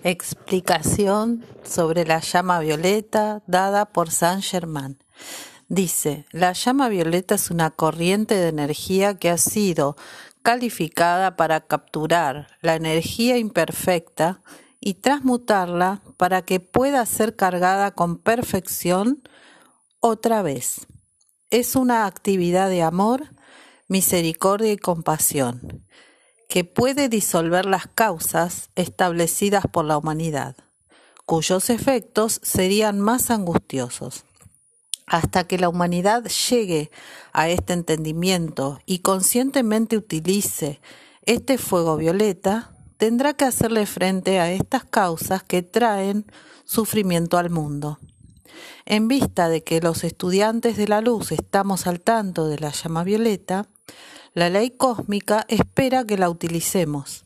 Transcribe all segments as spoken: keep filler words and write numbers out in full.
Explicación sobre la llama violeta dada por Saint Germain. Dice, la llama violeta es una corriente de energía que ha sido calificada para capturar la energía imperfecta y transmutarla para que pueda ser cargada con perfección otra vez. Es una actividad de amor, misericordia y compasión, que puede disolver las causas establecidas por la humanidad, cuyos efectos serían más angustiosos. Hasta que la humanidad llegue a este entendimiento y conscientemente utilice este fuego violeta, tendrá que hacerle frente a estas causas que traen sufrimiento al mundo. En vista de que los estudiantes de la luz estamos al tanto de la llama violeta, la ley cósmica espera que la utilicemos.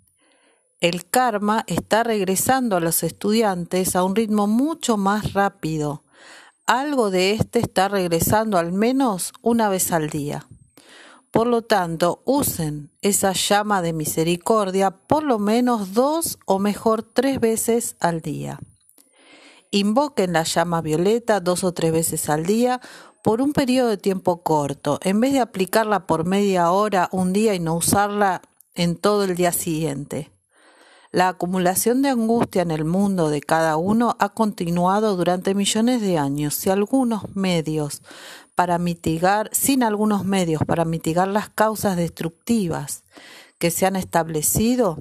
El karma está regresando a los estudiantes a un ritmo mucho más rápido. Algo de este está regresando al menos una vez al día. Por lo tanto, usen esa llama de misericordia por lo menos dos o mejor tres veces al día. Invoquen la llama violeta dos o tres veces al día por un periodo de tiempo corto, en vez de aplicarla por media hora un día y no usarla en todo el día siguiente. La acumulación de angustia en el mundo de cada uno ha continuado durante millones de años y algunos medios para mitigar, sin algunos medios para mitigar las causas destructivas que se han establecido,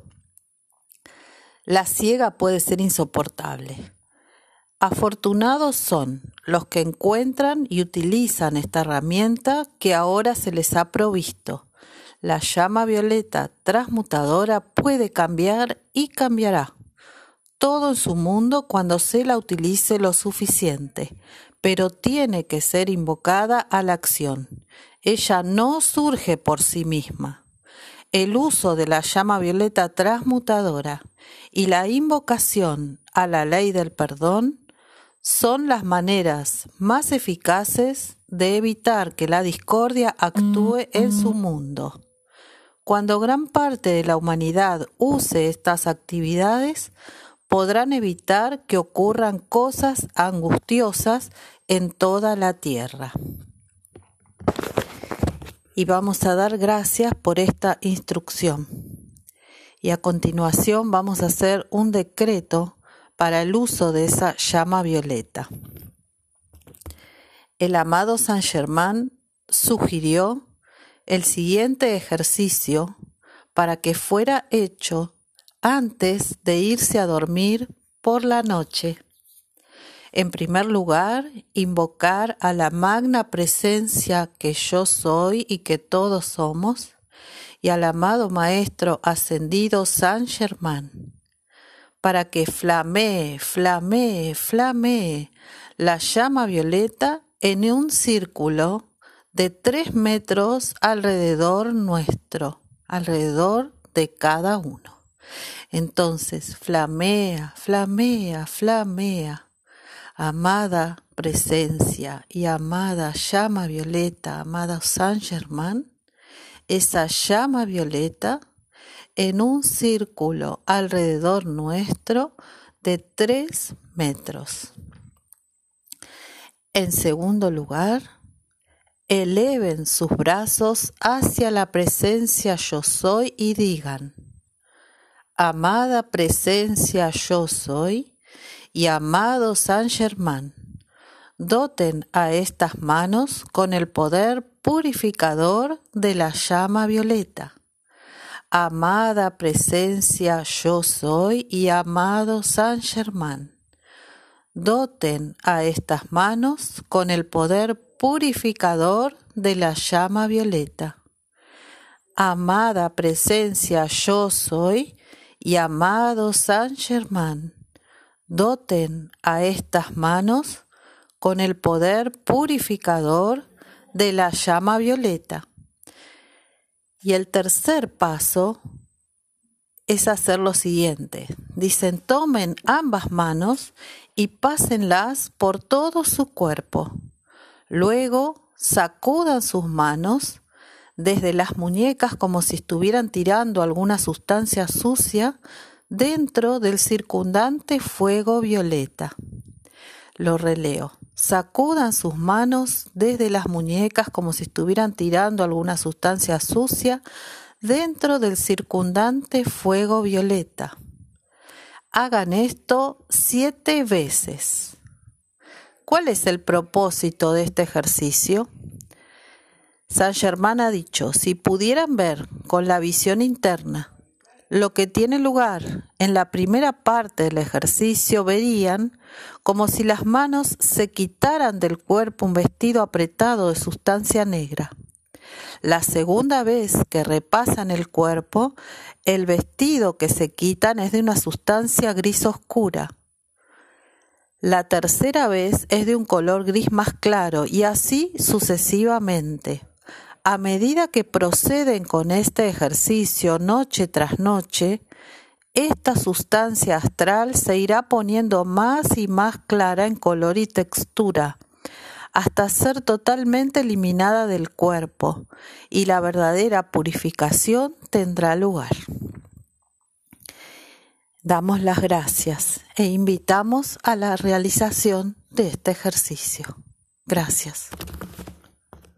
la ciega puede ser insoportable. Afortunados son los que encuentran y utilizan esta herramienta que ahora se les ha provisto. La llama violeta transmutadora puede cambiar y cambiará todo en su mundo cuando se la utilice lo suficiente, pero tiene que ser invocada a la acción. Ella no surge por sí misma. El uso de la llama violeta transmutadora y la invocación a la ley del perdón son las maneras más eficaces de evitar que la discordia actúe en su mundo. Cuando gran parte de la humanidad use estas actividades, podrán evitar que ocurran cosas angustiosas en toda la tierra. Y vamos a dar gracias por esta instrucción. Y a continuación vamos a hacer un decreto para el uso de esa llama violeta. El amado Saint Germain sugirió el siguiente ejercicio para que fuera hecho antes de irse a dormir por la noche. En primer lugar, invocar a la magna presencia que yo soy y que todos somos, y al amado Maestro ascendido Saint Germain, para que flamee, flamee, flamee la llama violeta en un círculo de tres metros alrededor nuestro, alrededor de cada uno. Entonces, flamea, flamea, flamea, amada presencia y amada llama violeta, amada Saint Germain, esa llama violeta en un círculo alrededor nuestro de tres metros. En segundo lugar, eleven sus brazos hacia la presencia yo soy y digan: amada presencia yo soy y amado Saint Germain, doten a estas manos con el poder purificador de la llama violeta. Amada presencia yo soy y amado Saint Germain, doten a estas manos con el poder purificador de la llama violeta. Amada presencia yo soy y amado Saint Germain, doten a estas manos con el poder purificador de la llama violeta. Y el tercer paso es hacer lo siguiente. Dicen, tomen ambas manos y pásenlas por todo su cuerpo. Luego, sacudan sus manos desde las muñecas como si estuvieran tirando alguna sustancia sucia dentro del circundante fuego violeta. Lo releo. Sacudan sus manos desde las muñecas como si estuvieran tirando alguna sustancia sucia dentro del circundante fuego violeta. Hagan esto siete veces. ¿Cuál es el propósito de este ejercicio? Saint Germain ha dicho, si pudieran ver con la visión interna lo que tiene lugar en la primera parte del ejercicio, verían como si las manos se quitaran del cuerpo un vestido apretado de sustancia negra. La segunda vez que repasan el cuerpo, el vestido que se quitan es de una sustancia gris oscura. La tercera vez es de un color gris más claro y así sucesivamente. A medida que proceden con este ejercicio noche tras noche, esta sustancia astral se irá poniendo más y más clara en color y textura, hasta ser totalmente eliminada del cuerpo, y la verdadera purificación tendrá lugar. Damos las gracias e invitamos a la realización de este ejercicio. Gracias.